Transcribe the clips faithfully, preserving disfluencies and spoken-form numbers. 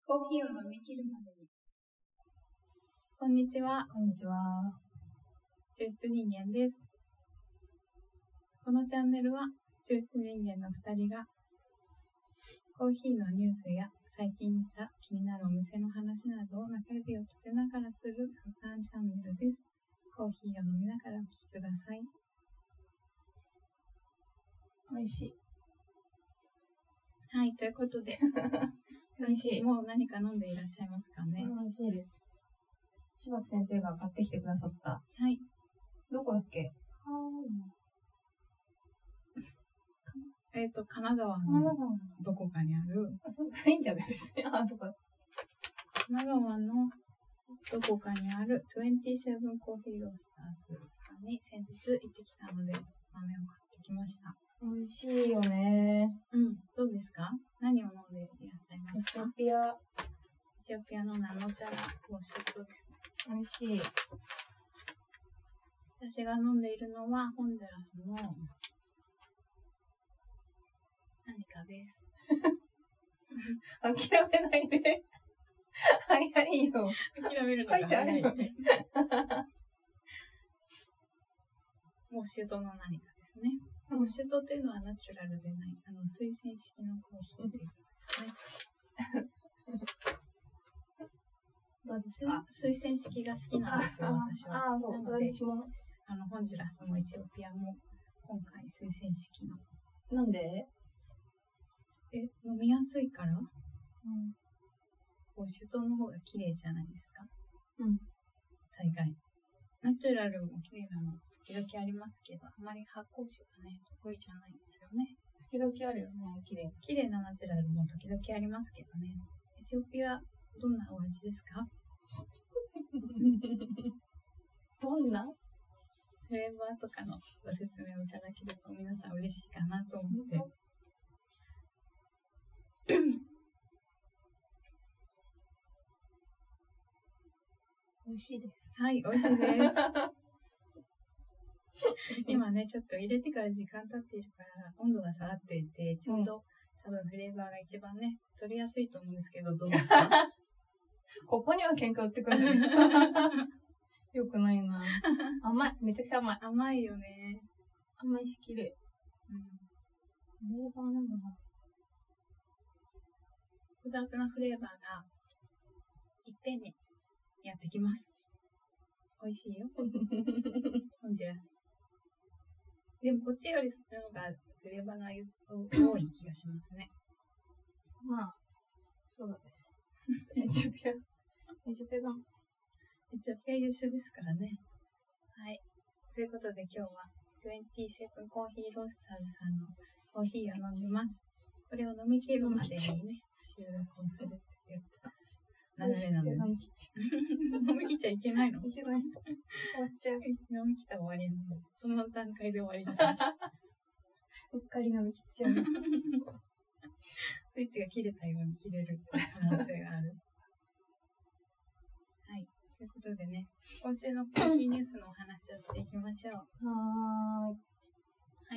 コーヒーを飲み切るまでに。こんにちは。 こんにちは。 抽出人間です。このチャンネルは抽出人間のふたりがコーヒーのニュースや最近行った気になるお店の話などを中指を立てながらする雑談チャンネルです。コーヒーを飲みながらお聞きください。 美味しい。 はい、ということで美味しい。 もう何か飲んでいらっしゃいますかね。 美味しいです。柴田先生が買ってきてくださった。 はい。 どこだっけ？ えっと、神奈川のどこかにある。 あ、それからいいんじゃないですか。あ、どこだ。 神奈川のどこかにあるにじゅうななコーヒーロースターズさんに先日行ってきたので豆を買ってきました。 美味しいよね。 うん。どうですか？何を飲んでいらっしゃいますか？ エチオピア。 エチオピアのナノチャラウォシュットですね。 美味しい。 私が飲んでいるのはホンジュラスの何かです。 諦めないで。早いよ。 諦めるのが書いてあるよね。 ウォシュットの何かですね。ウォシュットっていうのはナチュラルでない、あの、水洗式のコーヒーっていうことですね。 どうですか？ 水洗式が好きなんですよ、私は。 ああ、そう、 なので、 私も。 あの、ホンジュラスもエチオピアも、今回水洗式の。 なんで？ え、飲みやすいから？ うん。 ウォシュットの方が綺麗じゃないですか？ うん。 大概。ナチュラルも綺麗なの時々ありますけど、あまり発酵酒がね、得意じゃないんですよね。 時々あるよね、綺麗。 綺麗なナチュラルも時々ありますけどね。エチオピア、どんなお味ですか？ どんな？ フレーバーとかのご説明をいただけると皆さん嬉しいかなと思って。 美味しいです。 はい、美味しいです。今ね、ちょっと入れてから時間経っているから、温度が下がっていて、ちょうど、うん、多分フレーバーが一番ね、取りやすいと思うんですけど、どうですか？ ここには喧嘩売ってくるね。よくないな。甘い。めちゃくちゃ甘い。 甘いよね。 甘いし、綺麗。 うん。 フレーバーなんだな。 複雑なフレーバーが、いっぺんにやってきます。美味しいよ。ホンジュラス。でもこっちよりそっちの方がフレーバーが多い気がしますね。 まあ、そうだね。エチオピア。エチオピアだもん。 エチオピア優秀ですからね。はい。ということで今日はにじゅうななコーヒーロースターズさんのコーヒーを飲んでます。これを飲み切るまでにね、収録をするっていう。流れなんでね。飲み切っちゃいけないの？ いけない。終わっちゃう。 飲み切ったら終わりなの。その段階で終わりだから。 うっかり飲み切っちゃう。 スイッチが切れたように切れるっていう可能性がある。はい。ということでね、今週のコーヒーニュースのお話をしていきましょう。 はーい。 はい。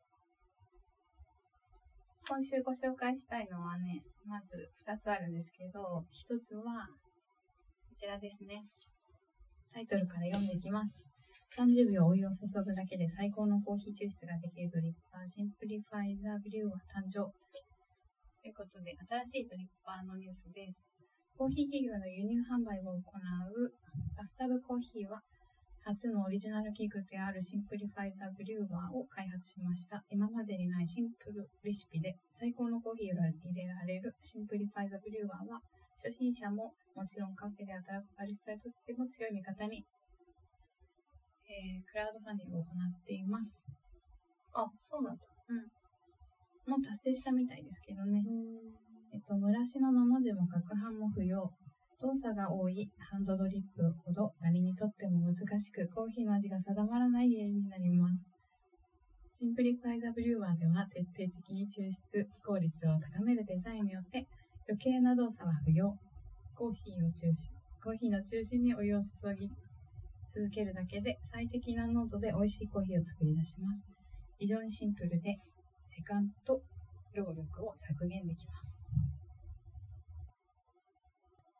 今週ご紹介したいのはね、まずふたつあるんですけど、ひとつは、こちらですね。タイトルから読んでいきます。さんじゅうびょうお湯を注ぐだけで最高のコーヒー抽出ができるドリッパー、シンプリファイザブリューは誕生。ということで、新しいドリッパーのニュースです。コーヒー企業の輸入販売を行うバスタブコーヒーは、初のオリジナル器具であるシンプリファイザブリューワーを開発しました。今までにないシンプルレシピで最高のコーヒーを入れられるシンプリファイザブリューワーは、初心者ももちろんカフェで働くバリスタにとっても強い味方に、えー、クラウドファンディングを行っています。 あ、そうなんだ。 うん。もう達成したみたいですけどね。えっと、蒸らしののの字も攪拌も不要。動作が多いハンドドリップほど誰にとっても難しく、コーヒーの味が定まらない原因になります。シンプリファイザブリューワーでは徹底的に抽出効率を高めるデザインによって余計な動作は不要。コーヒーを中心、コーヒーの中心にお湯を注ぎ続けるだけで最適な濃度で美味しいコーヒーを作り出します。非常にシンプルで時間と労力を削減できます。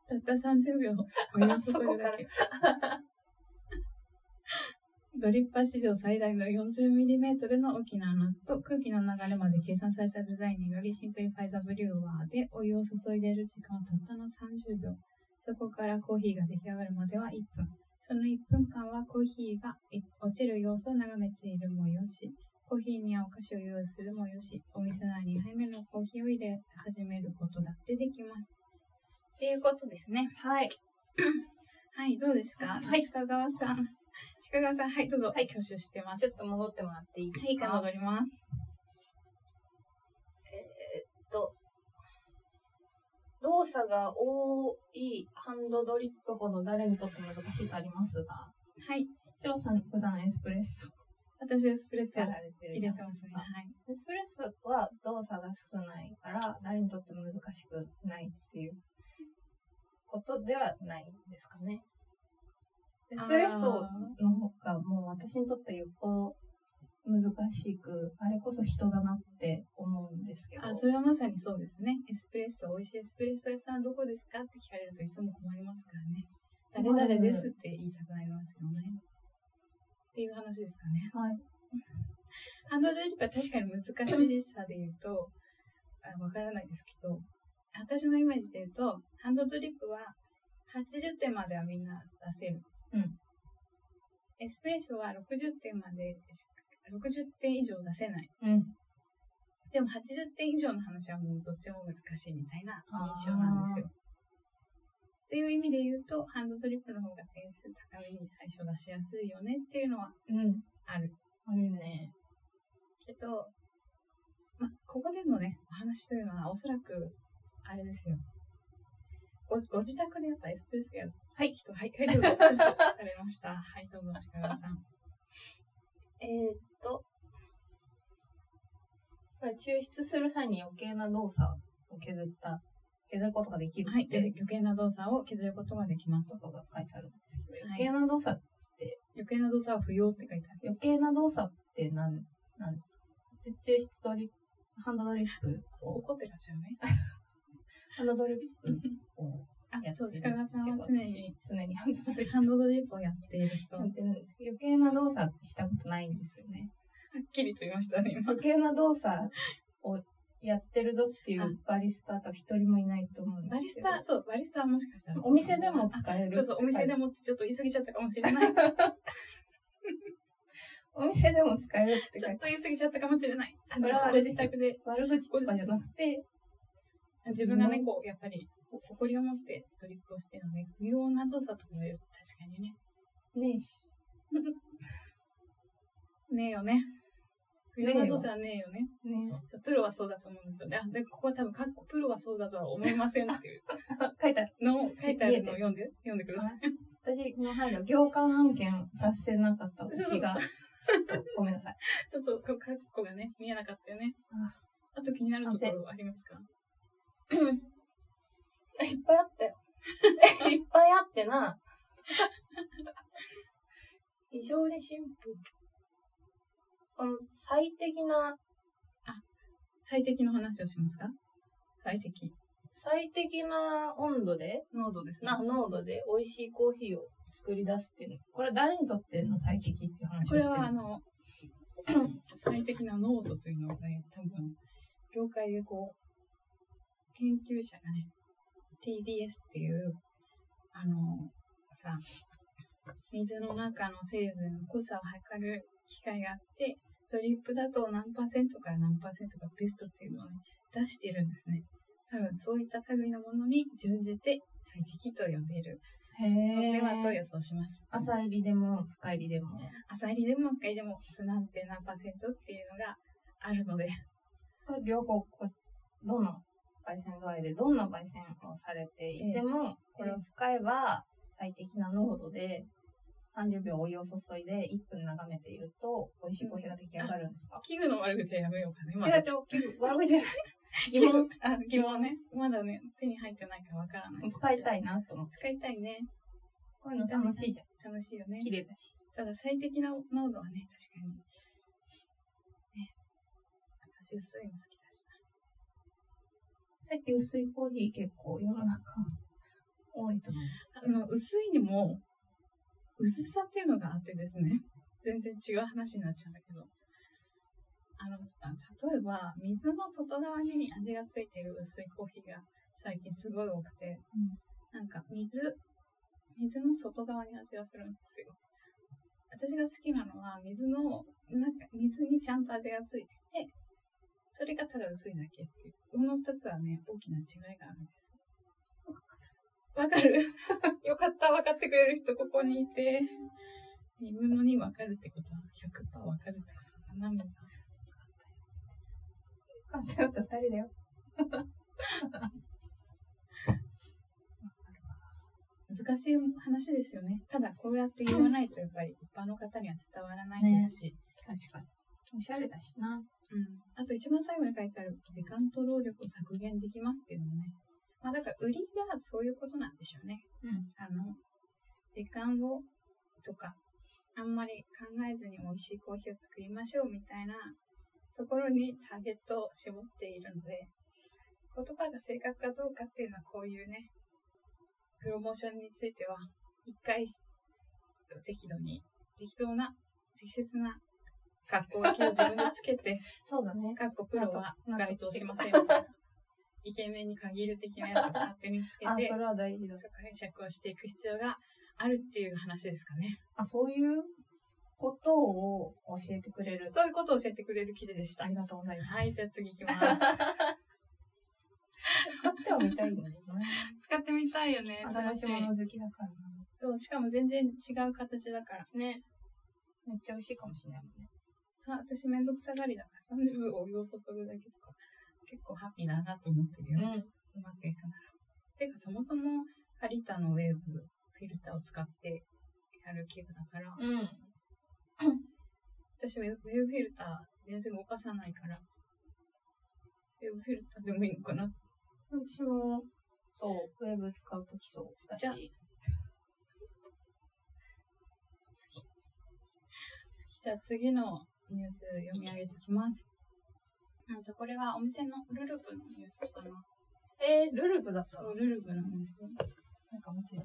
たったさんじゅうびょうお湯を注ぐだけ。ドリッパー史上最大の よんじゅうミリメートル の大きな穴と空気の流れまで計算されたデザインにより、シンプリファイザブリュワーでお湯を注いでいる時間はたったのさんじゅうびょう。そこからコーヒーが出来上がるまではいっぷん。そのいっぷんかんはコーヒーが落ちる様子を眺めているもよし、コーヒーにはお菓子を用意するもよし、お店内ににはいめのコーヒーを入れ始めることだってできます。っていうことですね。 はい。 はい、どうですか？ はい。 鹿川さん。鹿川さん、はい、どうぞ。はい、挙手してます。 ちょっと戻ってもらっていいですか？ はい、一回戻ります。 えー、っと、動作が多いハンドドリップほど誰にとっても難しいとありますが、 はい。 翔さん、普段エスプレッソ。 私エスプレッソやられてる入れてますね。はい。 エスプレッソは動作が少ないから誰にとっても難しくないっていうことではないですかね。エスプレッソの方がもう私にとってよっぽど難しく、あれこそ人だなって思うんですけど。 あ、それはまさにそうですね。エスプレッソ、美味しいエスプレッソ屋さんどこですかって聞かれるといつも困りますからね。誰々ですって言いたくなりますよね。っていう話ですかね。 はい。 ハンドドリップは確かに難しさで言うと、あ、わからないですけど、私のイメージで言うと、ハンドドリップははちじゅってんまではみんな出せる。 うん。 エスプレッソはろくじゅってんまで、ろくじゅってん以上出せない。 うん。 でもはちじゅってん以上の話はもうどっちも難しいみたいな印象なんですよ。っていう意味で言うと、ハンドドリップの方が点数高めに最初出しやすいよねっていうのはある。 うん、あるね。 けど、ま、ここでのね、お話というのはおそらく、あれですよ。ご、ご自宅でやっぱエスプレッソやる。はい、人、はい、はい、どうぞ、挙手されました。はい、どうぞ、鹿川さん。 えーっと、これ抽出する際に余計な動作を削った、削ることができる。 はい、余計な動作を削ることができます。 ことが書いてあるんですけど、 はい、 余計な動作って、 余計な動作は不要って書いてある。 余計な動作って何、何抽出ドリップ、ハンドドリップを。 怒ってらっしゃるね。 ハンドドリップを。 あ、そう、鹿川さんは常に、 常にハンドドリップ。 ハンドドリップをやっている人。 やってるんですけど、余計な動作ってしたことないんですよね。 はっきりと言いましたね、今。 余計な動作をやってるぞっていうバリスタと一人もいないと思うんですけど。 バリスタ、そう、バリスタはもしかしたらお店でも使える。 そうそう、お店でもちょっと言い過ぎちゃったかもしれない。 お店でも使えるってちょっと言い過ぎちゃったかもしれない。 それはあれ自宅で。 悪口とかじゃなくて、 自分がね、こう、やっぱり、誇りを持ってドリップをしてるので、不要な動作とか言われると確かにね。 ねえし。 ねえよね。不要な動作はねえよね。 ねえ。プロはそうだと思うんですよね。あ、で、ここは多分、かっこプロはそうだとは思いませんっていう。 書いてあるの、書いてあるのを読んで、読んでください。 私の配慮、行間案件させなかった私が、ちょっとごめんなさい。 そうそう、カッコがね、見えなかったよね。あと気になるところありますか？ いっぱいあったよ。いっぱいあってな。非常にシンプル。この最適な、 あ、最適の話をしますか？最適。 最適な温度で、 濃度ですね。 な、濃度で美味しいコーヒーを作り出すっていうの。これは誰にとっての最適っていう話をしてるんですか？ これはあの、最適な濃度というのはね、多分、業界でこう、研究者がね、ティーディーエス っていう、あの、さ、水の中の成分の濃さを測る機械があって、ドリップだと何パーセントから何パーセントがベストっていうのをね、出しているんですね。多分そういった類のものに準じて最適と呼んでいるのではと予想します。 朝入りでも深入りでも。 朝入りでも深入りでも何点何パーセントっていうのがあるので。 これ両方、どの焙煎度合いでどんな焙煎をされていても、えー、これを使えば最適な濃度でさんじゅうびょうお湯を注いでいっぷん眺めていると美味しいコーヒーが出来上がるんですか？ 器具の悪口はやめようかね。 まだ器具、悪口じゃない。疑問。 あ、疑問ね。まだね、手に入ってないからわからない。 使いたいなと思って。 使いたいね。 こういうの楽しいじゃん。 楽しいよね。 綺麗だし。 ただ最適な濃度はね、確かに。ね。私薄いの好きだしな。 さっき薄いコーヒー結構世の中多いと思う。 あの、薄いにも、薄さっていうのがあってですね。全然違う話になっちゃうんだけど。あの、例えば、水の外側に味がついている薄いコーヒーが最近すごい多くて、 うん、 なんか水、水の外側に味がするんですよ。私が好きなのは、水の、なんか水にちゃんと味がついてて、それがただ薄いだけっていう。この二つはね、大きな違いがあるんです。わかるよかった、わかってくれる人ここにいて。にぶんのにわかるってことは ひゃくパーセント わかるってことだな、みんな。 あ、ちょっと二人だよ。 難しい話ですよね。ただこうやって言わないとやっぱり一般の方には伝わらないですし。ね、 確かに。おしゃれだしな。 うん。あと一番最後に書いてある時間と労力を削減できますっていうのもね。まあだから売りがそういうことなんでしょうね。 うん。 あの、時間をとか、あんまり考えずに美味しいコーヒーを作りましょうみたいなところにターゲットを絞っているので、言葉が正確かどうかっていうのはこういうね、プロモーションについては一回適度に適当な適切な格好を自分でつけてそうだね。 かっこプロは該当しませんみたいなイケメンに限る的なやつを勝手につけてあ、それは大事だ。 解釈をしていく必要があるっていう話ですかね。 あ、そういうことを教えてくれる。 そういうことを教えてくれる記事でした。 ありがとうございます。 はい、じゃあ次行きます。 使ってはみたいんだよね。 使ってみたいよね。 新しいもの好きだからな。 そう、しかも全然違う形だから。ね。 めっちゃ美味しいかもしれないもんね。 さあ、私めんどくさがりだからさんじゅうびょうお湯を注ぐだけとか、結構ハッピーだなと思ってるよ。うん。うまくいくなら。てか、そもそも、ハリタのウェーブ、フィルターを使ってやる器具だから、 うん。 私はウェーブフィルター全然動かさないから、ウェーブフィルターでもいいのかな。 私も、そう、ウェーブ使うときそうだし。じゃあ、 じゃあ次のニュース読み上げていきます。なんとこれはお店のルルブのニュースかな。 えー、ルルブだった。 そう、ルルブなんですよ。 なんか見てる。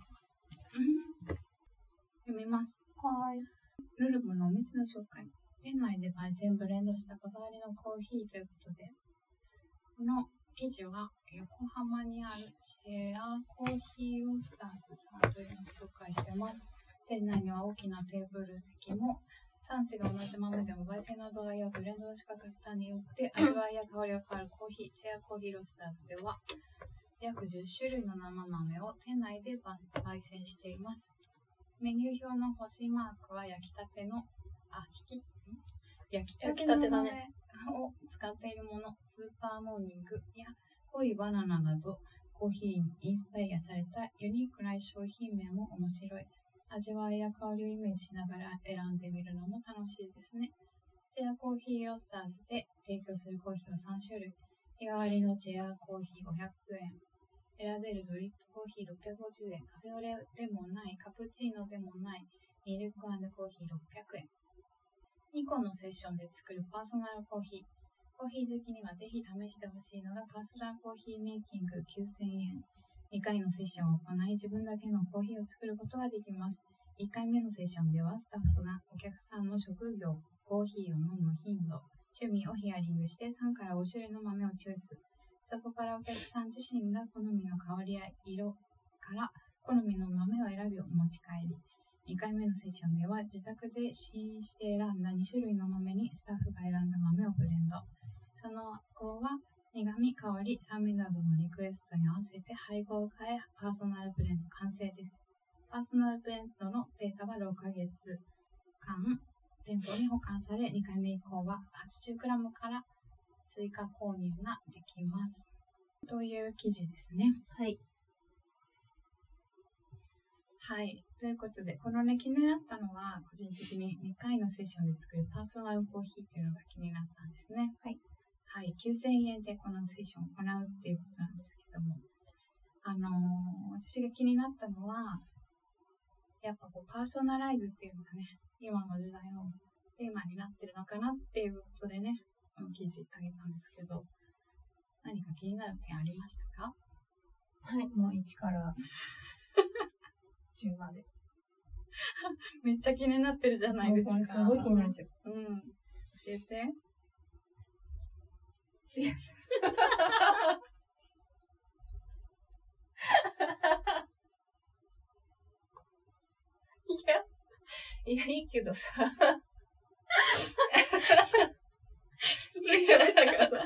読みます。 はい。 ルルブのお店の紹介。店内で焙煎ブレンドしたこだわりのコーヒーということで、この記事は横浜にあるチェアコーヒーロースターズさんというのを紹介しています。店内には大きなテーブル席も、産地が同じ豆でも焙煎の度合いやブレンドの仕方によって味わいや香りが変わるコーヒー、チェアコーヒーロースターズでは、約じゅっしゅるいの生豆を店内で焙煎しています。メニュー表の星マークは焼きたての、あ、引き、焼きたての豆を使っているもの、スーパーモーニングや濃いバナナなど、コーヒーにインスパイアされたユニークな商品名も面白い。味わいや香りをイメージしながら選んでみるのも楽しいですね。チェアコーヒーロースターズで提供するコーヒーはさんしゅるい。日替わりのチェアコーヒーごひゃくえん。選べるドリップコーヒーろっぴゃくごじゅうえん。カフェオレでもない、カプチーノでもない、ミルク&コーヒーろっぴゃくえん。にこのセッションで作るパーソナルコーヒー。コーヒー好きにはぜひ試してほしいのがパーソナルコーヒーメイキングきゅうせんえん。にかいのセッションを行い、自分だけのコーヒーを作ることができます。いっかいめのセッションでは、スタッフがお客さんの職業、コーヒーを飲む頻度、趣味をヒアリングしてさんからごしゅるいの豆をチョイス。そこからお客さん自身が好みの香りや色から好みの豆を選びを持ち帰り、にかいめのセッションでは自宅で試飲して選んだにしゅるいの豆にスタッフが選んだ豆をブレンド。その後は苦味、香り、酸味などのリクエストに合わせて配合を変え、パーソナルブレンド完成です。パーソナルブレンドのデータはろっかげつかん店舗に保管され、にかいめ以降は はちじゅうグラム から追加購入ができます。という記事ですね。 はい。 はい。ということで、このね、気になったのは、個人的ににかいのセッションで作るパーソナルコーヒーっていうのが気になったんですね。 はい。 はい。きゅうせんえんでこのセッションを行うっていうことなんですけども、あのー、私が気になったのは、やっぱこう、パーソナライズっていうのがね、今の時代のテーマになってるのかなっていうことでね、この記事あげたんですけど、何か気になる点ありましたか？ はい、もう一からじゅうまで。 めっちゃ気になってるじゃないですか。 これすごい気になっちゃう。 うん。教えて。 いや。いや、いいけどさ。 普通に喋ったからさ。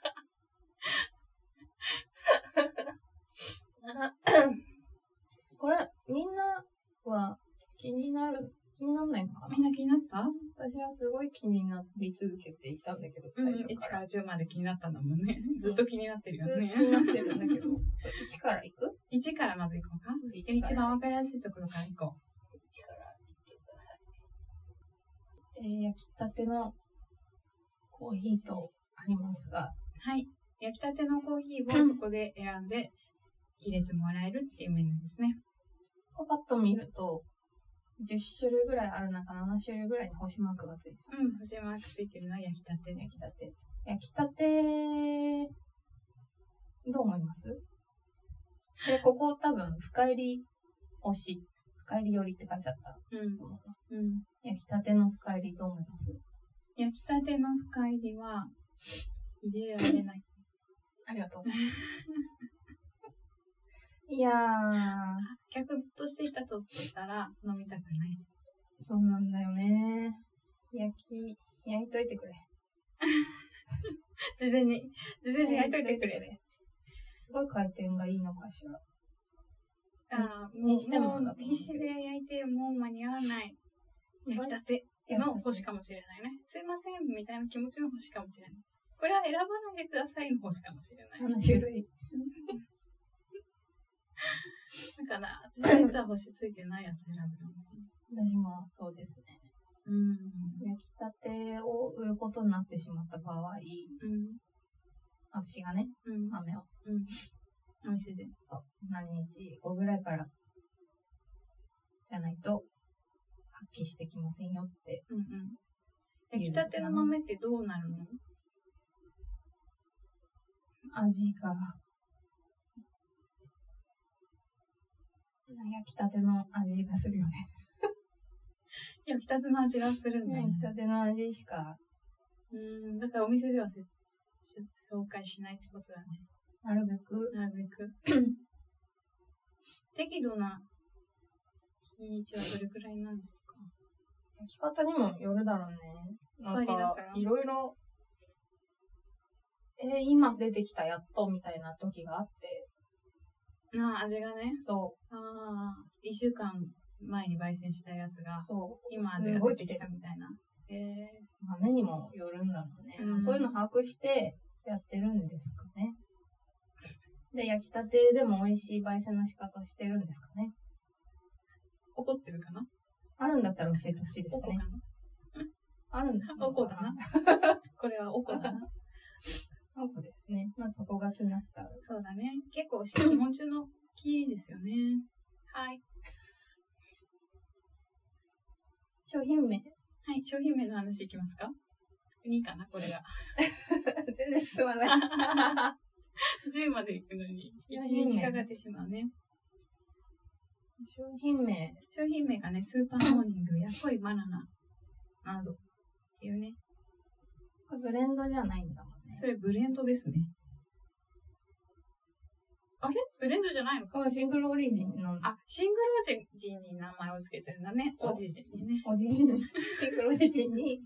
これ、みんなは気になる、気にならないのかな？ みんな気になった？ 私はすごい気になり続けていたんだけど、 うん、いちからじゅうまで気になったんだもんね。ずっと気になってるよね。 ずっと気になってるんだけど、いちからいく？ いち からまずいこうか。 いち一番わかりやすいところからいこう。 いちからいってください。えー、焼きたてのコーヒーとありますが、 はい。焼きたてのコーヒーをそこで選んで入れてもらえるっていうメニューですね。 こうパッと見ると、じゅっしゅるいぐらいある中、ななしゅるいぐらいに星マークがついてた。 うん、星マークついてるのは焼きたて。 焼きたて。焼きたて、どう思います？で、ここ多分、深入り推し、深入りよりって書いてあった。 うん。うん。 焼きたての深入りどう思います？ 焼きたての深入りは入れられない。 ありがとうございます。いやー、 客としていたとしたら飲みたくない。 そうなんだよね。焼き、焼いといてくれ。 事前に、事前に焼いといてくれ。 すごい回転がいいのかしら。 ああ、 にしてももう必死で焼いてもう間に合わない。焼きたての星かもしれないね。すいませんみたいな気持ちの星かもしれない。これは選ばないでくださいの星かもしれない。 ななしゅるい。 だから、私実は星ついてないやつ選ぶの。 私もそうですね。 うん。 焼きたてを売ることになってしまった場合、 うん。 私がね、 うん。 豆を。 うん。お店で。 そう。何日後ぐらいから、じゃないと、発揮してきませんよって。 うんうん。焼きたての豆ってどうなるの？ 味が、焼きたての味がするよね。 焼きたての味がするんだよね。 焼きたての味しか。 うん。だからお店では紹介しないってことだね。 なるべく。 なるべく。適度な日にちはどれくらいなんですか？ 焼き方にもよるだろうね。なんか、いろいろ、えー、今出てきたやっとみたいな時があって。 ああ、味がね。 そう。 ああ、一週間前に焙煎したやつが、 そう。 今味が出てきたみたいな。ええー。豆にもよるんだろうね。うん、そういうの把握してやってるんですかね。で、焼きたてでも美味しい焙煎の仕方してるんですかね。 怒ってるかな？ あるんだったら教えてほしいですね。 おこかな？ あるんだったら。 おこだな。これはおこだな。 おこですね。まあそこが気になった。 そうだね。結構基本中のキーですよね。はい。 商品名。 はい、商品名の話いきますか？にかな、これが。 全然進まない。 じゅうまで行くのにいちにちかかってしまうね。 商品名。 商品名がね、スーパーモーニングや濃いバナナなどっていうね。 これブレンドじゃないんだもんね。 それブレンドですね。あれブレンドじゃないのか？ これシングルオリジンの。 あ、シングルオリジンに名前をつけてるんだね。オジジンにね。 オジジンに。シングルオジジンに。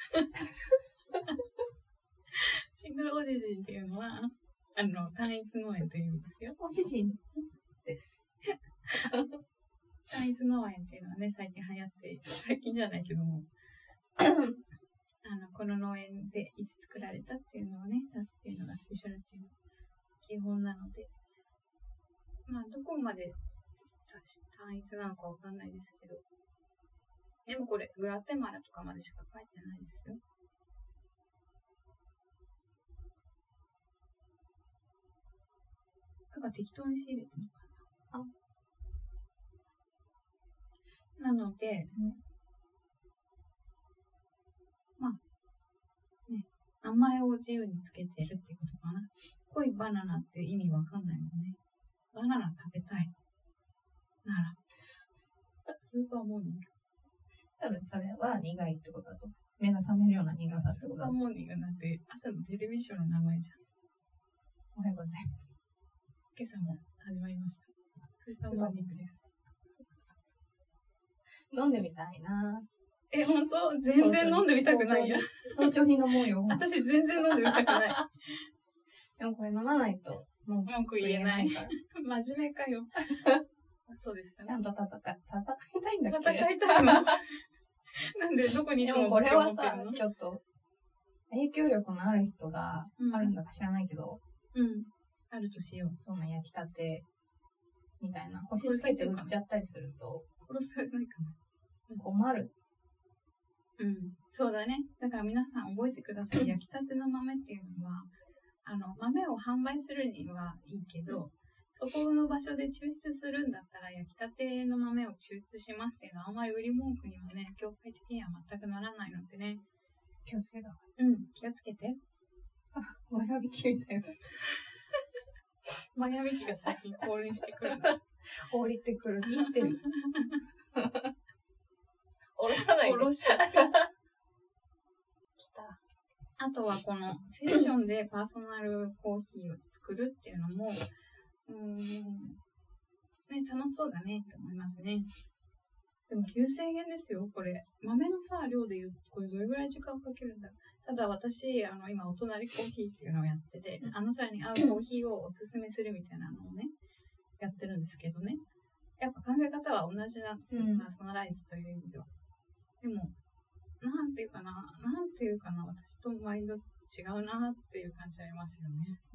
シングルオジジンっていうのは、あの、単一農園という意味ですよ。 オジジンです。 単一農園っていうのはね、最近流行って、最近じゃないけども、あの、この農園でいつ作られたっていうのをね、出すっていうのがスペシャルっていうの基本なので、まあ、どこまで単一なのかわかんないですけど、でもこれ、グアテマラとかまでしか書いてないですよ。なんか適当に仕入れてるのかな。あ。なので、うん、まあ、ね、名前を自由につけてるってことかな。濃いバナナって意味わかんないもんね。バナナ食べたい。なら。 は苦いってことだと。目が覚めるような苦さってことだと。 スーパーモーニングなんて朝のテレビショーの名前じゃん。 おはようございます。 今朝も始まりました。スーパーモーニングです。 飲んでみたいな。 え、ほんと全然飲んでみたくないや。 早朝に飲もうよ。 私全然飲んでみたくない。 でもこれ飲まないと文句言えないから。真面目かよ。そうですかね。 ちゃんと戦い、戦いたいんだっけ戦いたいの。なんでどこにいつもでもこれはさ、ちょっと影響力のある人があるんだか知らないけど、 うん、うん、あるとしよう。 その焼きたてみたいな星つけて売っちゃったりすると殺されないかな。 困る。 うん、そうだね。だから皆さん覚えてください。焼きたての豆っていうのは、あの豆を販売するにはいいけど、そこの場所で抽出するんだったら焼きたての豆を抽出しますっていうのはあんまり売り文句にはね、業界的には全くならないのでね。 気をつけた。 うん、気をつけて。 あ、マヤビキみたいな。 マヤビキが最近降臨してくるんです。 降りてくる。生きてる。降ろさないで。 降ろしちゃって。 来た。 あとはこのセッションでパーソナルコーヒーを作るっていうのも、うーん、ね、楽しそうだねって思いますね。でもきゅうせんえんですよ、これ。豆のさ、量で言うと、これどれぐらい時間かけるんだろう。ただ私、あの、今、お隣コーヒーっていうのをやってて、あなたに合うコーヒーをおすすめするみたいなのをね、やってるんですけどね。やっぱ考え方は同じなんですよ、うん、パーソナライズという意味では。でも、なんていうかな、なんていうかな、私とマインド違うなっていう感じありますよね。うん、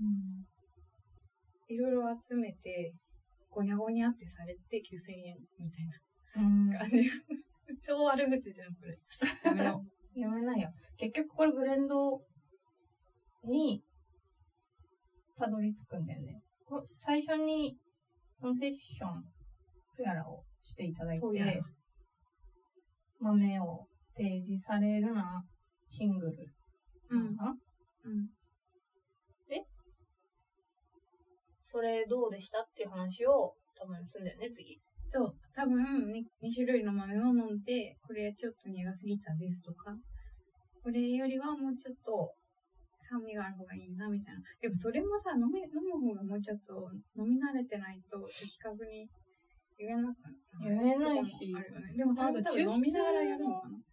いろいろ集めて、ごにゃごにゃってされてきゅうせんえんみたいな感じがする。超悪口じゃん、これ。やめよう。 やめないよ。結局これブレンドにたどり着くんだよね。最初にそのセッションとやらをしていただいて、豆を提示されるな、シングル。 うん。うん。 で、それどうでしたっていう話を多分するんだよね、次。 そう。多分、ね、に種類の豆を飲んで、これちょっと苦すぎたですとか、これよりはもうちょっと酸味がある方がいいな、みたいな。でもそれもさ、飲み、飲む方がもうちょっと飲み慣れてないと、的確に言えなくなる。言えないし。 あるよね。でもそれ多分飲みながらやるのかな。はい。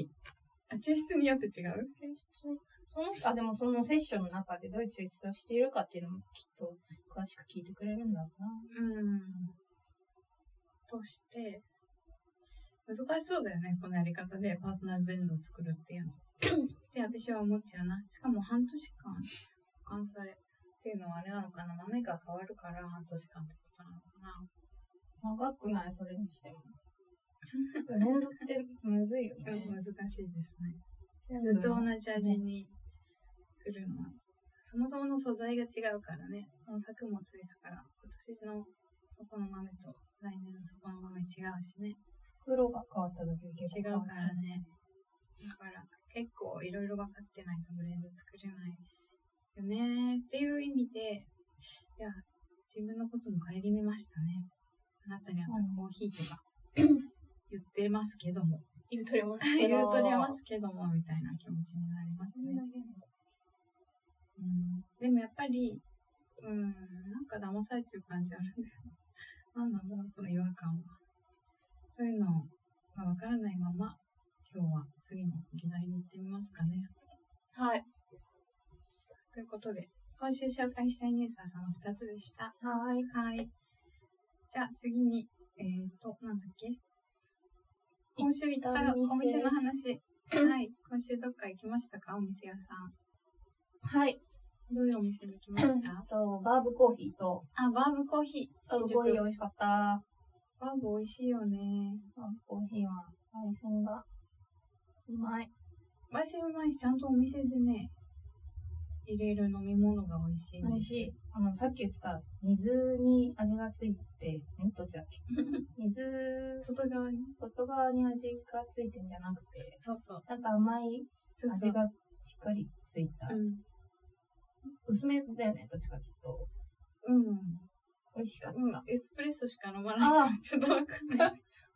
あ、抽出によって違う？抽出そのあ、でもそのセッションの中でどういう抽出をしているかっていうのもきっと詳しく聞いてくれるんだろうな。 うん。として、難しそうだよね、このやり方でパーソナルブレンドを作るっていうの。って私は思っちゃうな。しかも半年間保管されっていうのはあれなのかな、豆が変わるから半年間ってことなのかな。長くない、それにしても。ブレンドってむずいよね。 難しいですね。ずっと同じ味にするのは。そもそもの素材が違うからね。農作物ですから、今年のそこの豆と来年のそこの豆違うしね。 袋が変わっただけで違うからね。だから結構いろいろ分かってないとブレンド作れないよねっていう意味で、いや、自分のことも顧みましたね。あなたにあったコーヒーとか言ってますけども。 言うとりますけど。言うとりますけども、みたいな気持ちになりますね。うん、でもやっぱり、うん、なんか騙されてる感じあるんだよ。何なんだろう、この違和感は。そういうのがわからないまま、今日は次の議題に行ってみますかね。 はい。 ということで、今週紹介したいニュースはそのふたつでした。 はい。 はい。じゃあ次に、えーと、なんだっけ今週行ったお店の話。はい。今週どっか行きましたか、お店屋さん。 はい。 どういうお店に行きましたとバーブコーヒーと。 あ、バーブコーヒー。 バーブコーヒー美味しかった。 バーブ美味しいよね。 バーブコーヒーは焙煎がうまい。 焙煎うまいし、ちゃんとお店でね、入れる飲み物が美味しいんです。 美味しい。あの、さっき言ってた、水に味がついて、んどっちだっけ水、 外側に外側に味がついてんじゃなくて、 そうそう。 ちゃんと甘い味がしっかりついた。 そうそう、うん、 薄めだよね、どっちかちょっと。 うん。 美味しかった。 うん、エスプレッソしか飲まないから、ちょっとわかんない。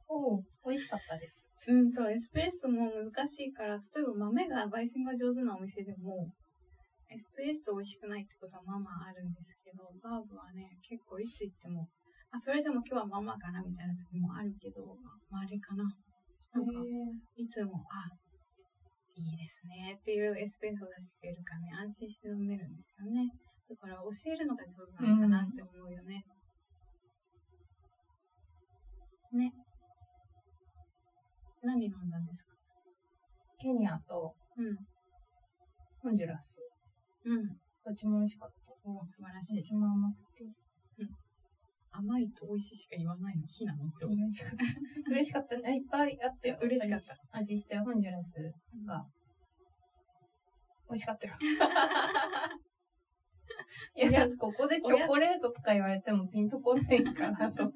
お美味しかったです。 うん、そう、エスプレッソも難しいから、例えば豆が、焙煎が上手なお店でも、エスプレッソ美味しくないってことはまあまああるんですけど、バーブはね、結構いつ行っても、あ、それでも今日はまあまあかなみたいな時もあるけど、まああれかな。なんか、いつも、あ、いいですねっていうエスプレッソを出してくれるからね、安心して飲めるんですよね。だから教えるのが上手なのかなって思うよね。うん、ね。何飲んだんですか？ ケニアと、 うん。 ホンジュラス。 うん。 どっちも美味しかった。 おー、素晴らしい。 どっちも甘くて。 うん。甘いと美味しいしか言わないの、火なの今日。 嬉しかった。嬉しかったね。いっぱいあってよ。 嬉しかった。 味して、ホンジュラスが、美味しかったよ。いや、いや、ここでチョコレートとか言われてもピンとこないかなと思って。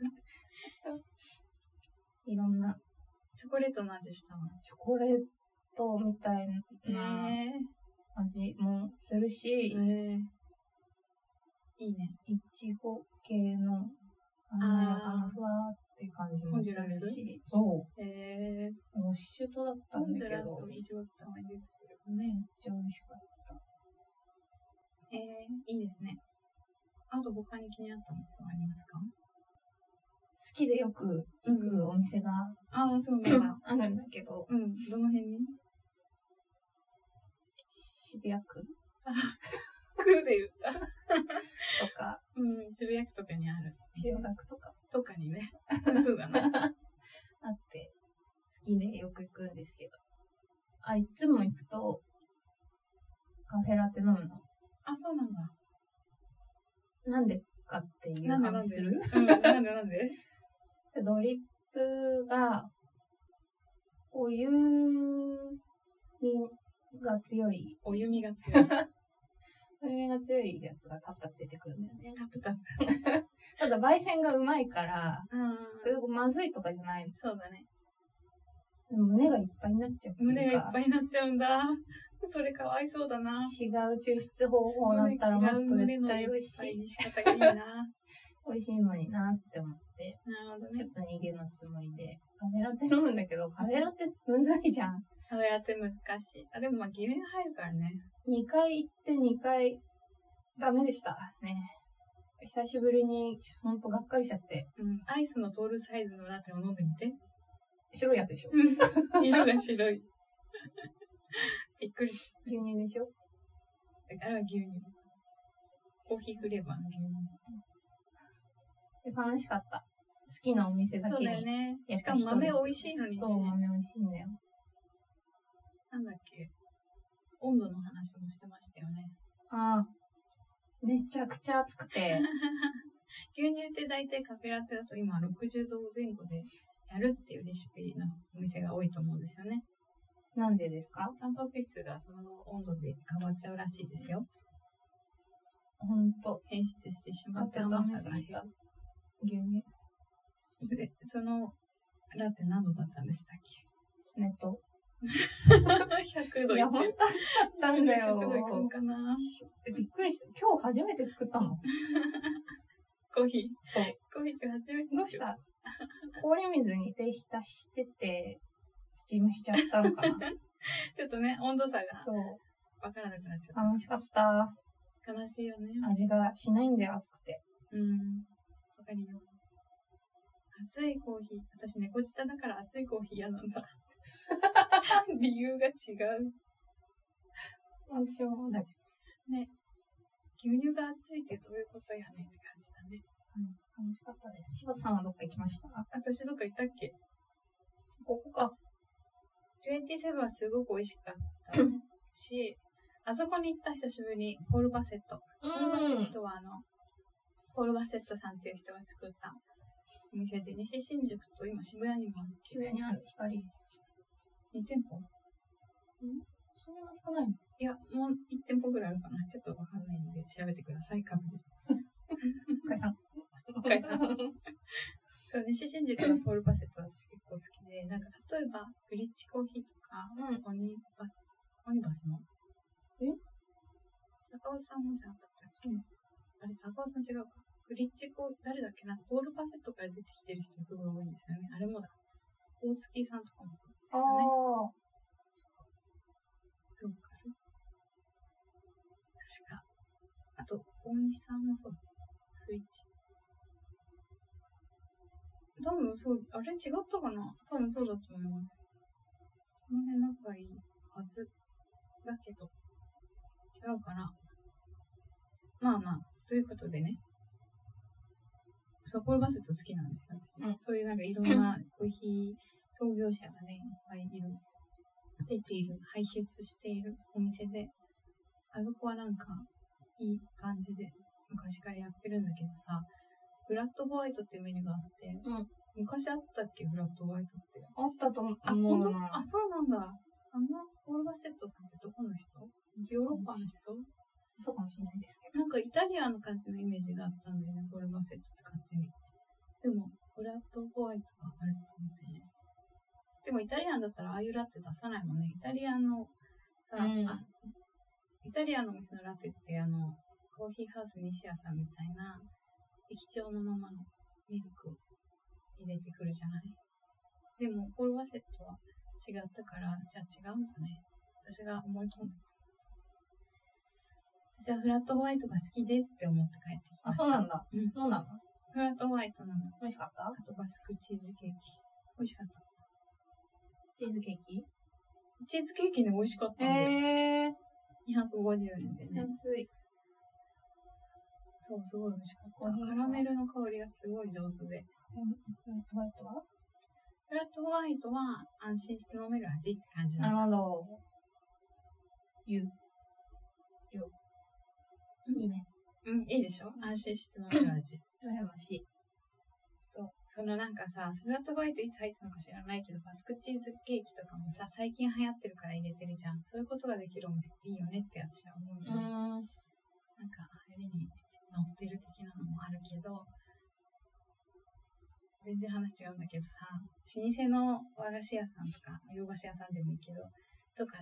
いろんな。 チョコレートの味したの？ チョコレートみたいな味もするし、 えー、いいね。 いちご系の甘やかなふわーって感じもするし。そう。 へえー。 ウォッシュトだったんだけど。ホンジュラスといちごとたまに出てくるね。めっちゃ美味しかった。 えー、いいですね。あと他に気になったお店はありますか？ 好きでよく行くお店が、 ああ、そうなんだ。 あるんだけど。 うん。どの辺に？ 渋谷区区で言ったとか。 うん、渋谷区とかにある。 渋谷区とか。 とかにね。そうだな。 あって、好きでよく行くんですけど。あ、いつも行くと、カフェラテ飲むの。 あ、そうなんだ。 なんでかっていう話する？ うん、なんでなんでドリップが、お湯みが強い。 お湯みが強い。 お湯みが強いやつがタプタプ出てくるんだよね。 タプタプ。 ただ、焙煎がうまいから、 うん、 すごくまずいとかじゃないの。 そうだね。 胸がいっぱいになっちゃう。 胸がいっぱいになっちゃうんだ。それかわいそうだな。 違う抽出方法だったらもっと絶対美味しい。 仕方がいいな。 美味しいのになって思って、 なるほどね、 ちょっと逃げのつもりでカフェラテ飲むんだけど、カフェラテむずいじゃん。 カフェラテ難しい。あ、でもまあ牛乳入るからね。 にかい行ってにかいダメでしたね。久しぶりにほんとがっかりしちゃって。 うん。アイスのトールサイズのラテを飲んでみて。 白いやつでしょ。 色が白い。びっくり。 牛乳でしょ。 あれは牛乳。コーヒーフレーバーの牛乳。 楽しかった。好きなお店だけに。 そうだよね。しかも豆美味しいのに、ね。 そう、豆美味しいんだよ。 なんだっけ。温度の話もしてましたよね。 ああ。めちゃくちゃ暑くて。 牛乳って大体カフェラテだと今ろくじゅうどぜん後でやるっていうレシピのお店が多いと思うんですよね。 なんでですか？ タンパク質がその温度で変わっちゃうらしいですよ。 ほんと。 変質してしまって甘さが減る。 牛乳。 で、そのラテ何度だったんでしたっけ？ ネット。 ひゃくどいってる。いや、 ほんと暑かったんだよ。 ひゃくどいくんかな。 びっくりした。今日初めて作ったの。 コーヒー。 そう。 コーヒー今日初めてどうした？氷水に手浸してて、スチームしちゃったのかな。 ちょっとね、温度差が。 そう。 わからなくなっちゃった。 楽しかった。 悲しいよね。 味がしないんだよ、暑くて。 うん。わかるよ。熱いコーヒー。私猫舌だから熱いコーヒー嫌なんだ。理由が違う。 私もだけど。ね。牛乳が熱いってどういうことやねんって感じだね。 うん。楽しかったです。柴田さんはどっか行きました？ 私どっか行ったっけ？ ここか。 にじゅうななはすごく美味しかったし、あそこに行った久しぶりにポール・バセット。ポール・バセットはあの、ポール・バセットさんっていう人が作ったお店で、西新宿と今渋谷にもある。 渋谷にある光。 に店舗？ん？ そんな少ないの？ いや、もういち店舗ぐらいあるかな。ちょっとわかんないんで調べてください、各自。 解散。 解散。そう、西新宿のポール・バセット私結構好きで、なんか例えば、グリッチコーヒーとか、 うん、 オニバス、オニバスのえ坂尾さんもじゃなかったっけ？あれ、坂尾さん違うか。グリッチコー、誰だっけな、ポール・バセットから出てきてる人すごい多いんですよね。あれもだ。 大月さんとかもそうですあよね。 あ。 ローカル確か。あと、大西さんもそう。スイッチ。多分そう、あれ違ったかな多分そうだと思います。この辺仲いいはず。だけど、違うかな。まあまあ、ということでね。そう、ポール・バセット好きなんですよ、私。 うん、 そういうなんかいろんなコーヒー創業者がね、いっぱいいる。出ている、輩出しているお店で、あそこはなんか、いい感じで、昔からやってるんだけどさ、フラットホワイトっていうメニューがあって、 うん、 昔あったっけフラットホワイトって。 あったと思うな。 あ、本当？あ、そうなんだ。あの、ポール・バセットさんってどこの人？ヨーロッパの人？ そうかもしれないですけど。 なんかイタリアの感じのイメージがあったんだよね、ポール・バセットって勝手に。でも、フラットホワイトがあると思ってね。でもイタリアンだったらああいうラテ出さないもんね。イタリアのさ、 うん、 あイタリアの店のラテってあの、コーヒーハウス西屋さんみたいな液状のままのミルクを入れてくるじゃない。でも、ポール・バセットは違ったから、じゃあ違うんだね。私が思い込んでた。私はフラットホワイトが好きですって思って帰ってきました。 あ、そうなんだ。 うん。 どうなの？ フラットホワイトなの。 美味しかった？ あとバスクチーズケーキ。美味しかった。 チーズケーキ？ チーズケーキね、美味しかったんだよ。 へー。 にひゃくごじゅうえんでね。 安い。 そう、すごい美味しかった。カラメルの香りがすごい上手で。 フラットホワイトは？ フラットホワイトは安心して飲める味って感じなの。 なるほど。ゆ。よ。いいね。 うん、いいでしょ？安心して飲める味。 羨ましい。 そう。そのなんかさ、フラットホワイトいつ入ったのか知らないけど、バスクチーズケーキとかもさ、最近流行ってるから入れてるじゃん。そういうことができるお店っていいよねって私は思うよね。 うん。 なんか、流行りに乗ってる的なのもあるけど、全然話違うんだけどさ、老舗の和菓子屋さんとか、洋菓子屋さんでもいいけど、とかって、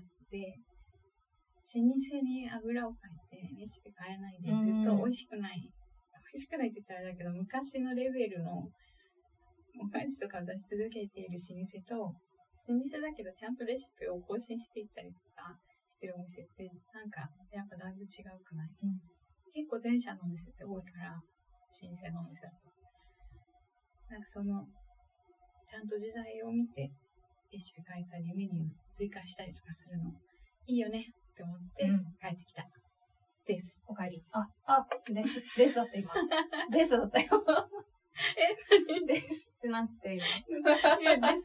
老舗にあぐらをかいてレシピ変えないでずっと美味しくない、美味しくないって言ったらあれだけど、昔のレベルのお菓子とかを出し続けている老舗と、老舗だけどちゃんとレシピを更新していったりとかしてるお店って、なんかやっぱだいぶ違うくない？うん、結構前者のお店って多いから、老舗のお店だと。なんかその、ちゃんと時代を見て、レシピ変えたり、メニュー追加したりとかするの、いいよねって思って帰ってきた。うん、です。 おかえり。あ、あ、です。ですだった今。ですだったよ。 え、何ですってなって今。 いや、です。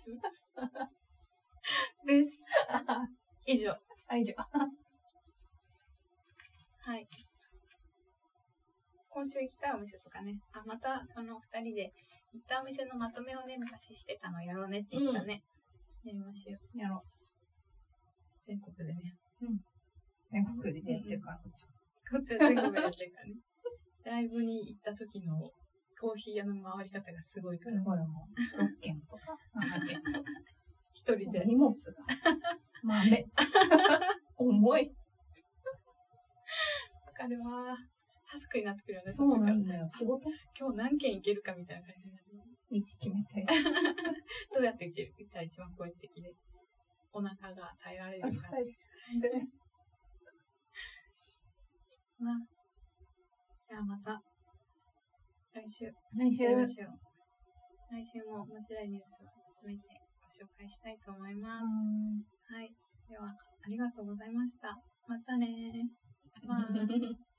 です。以上。 あ、以上。 はい。今週行きたいお店とかね。あ、またその二人で行ったお店のまとめをね、昔してたのやろうねって言ったね。うん、やりましょう。 やろう。 全国でね。 うん。全国でやってるから、こっちは。 こっちは全国でやってるからね。ライブに行った時のコーヒー屋の回り方がすごいから。 すごいもう。ろっけんとかななけん。 一人で。 荷物が。豆。重い。 わかるわ。タスクになってくるよね、 そうなんだよ。仕事今日何件行けるかみたいな感じになる。 道決めて。 どうやって行ったら一番効率的で、お腹が耐えられるか。な。じゃあまた、来週。 来週。 来週。来週も面白いニュースを集めてご紹介したいと思います。はい。では、ありがとうございました。またねー。まあ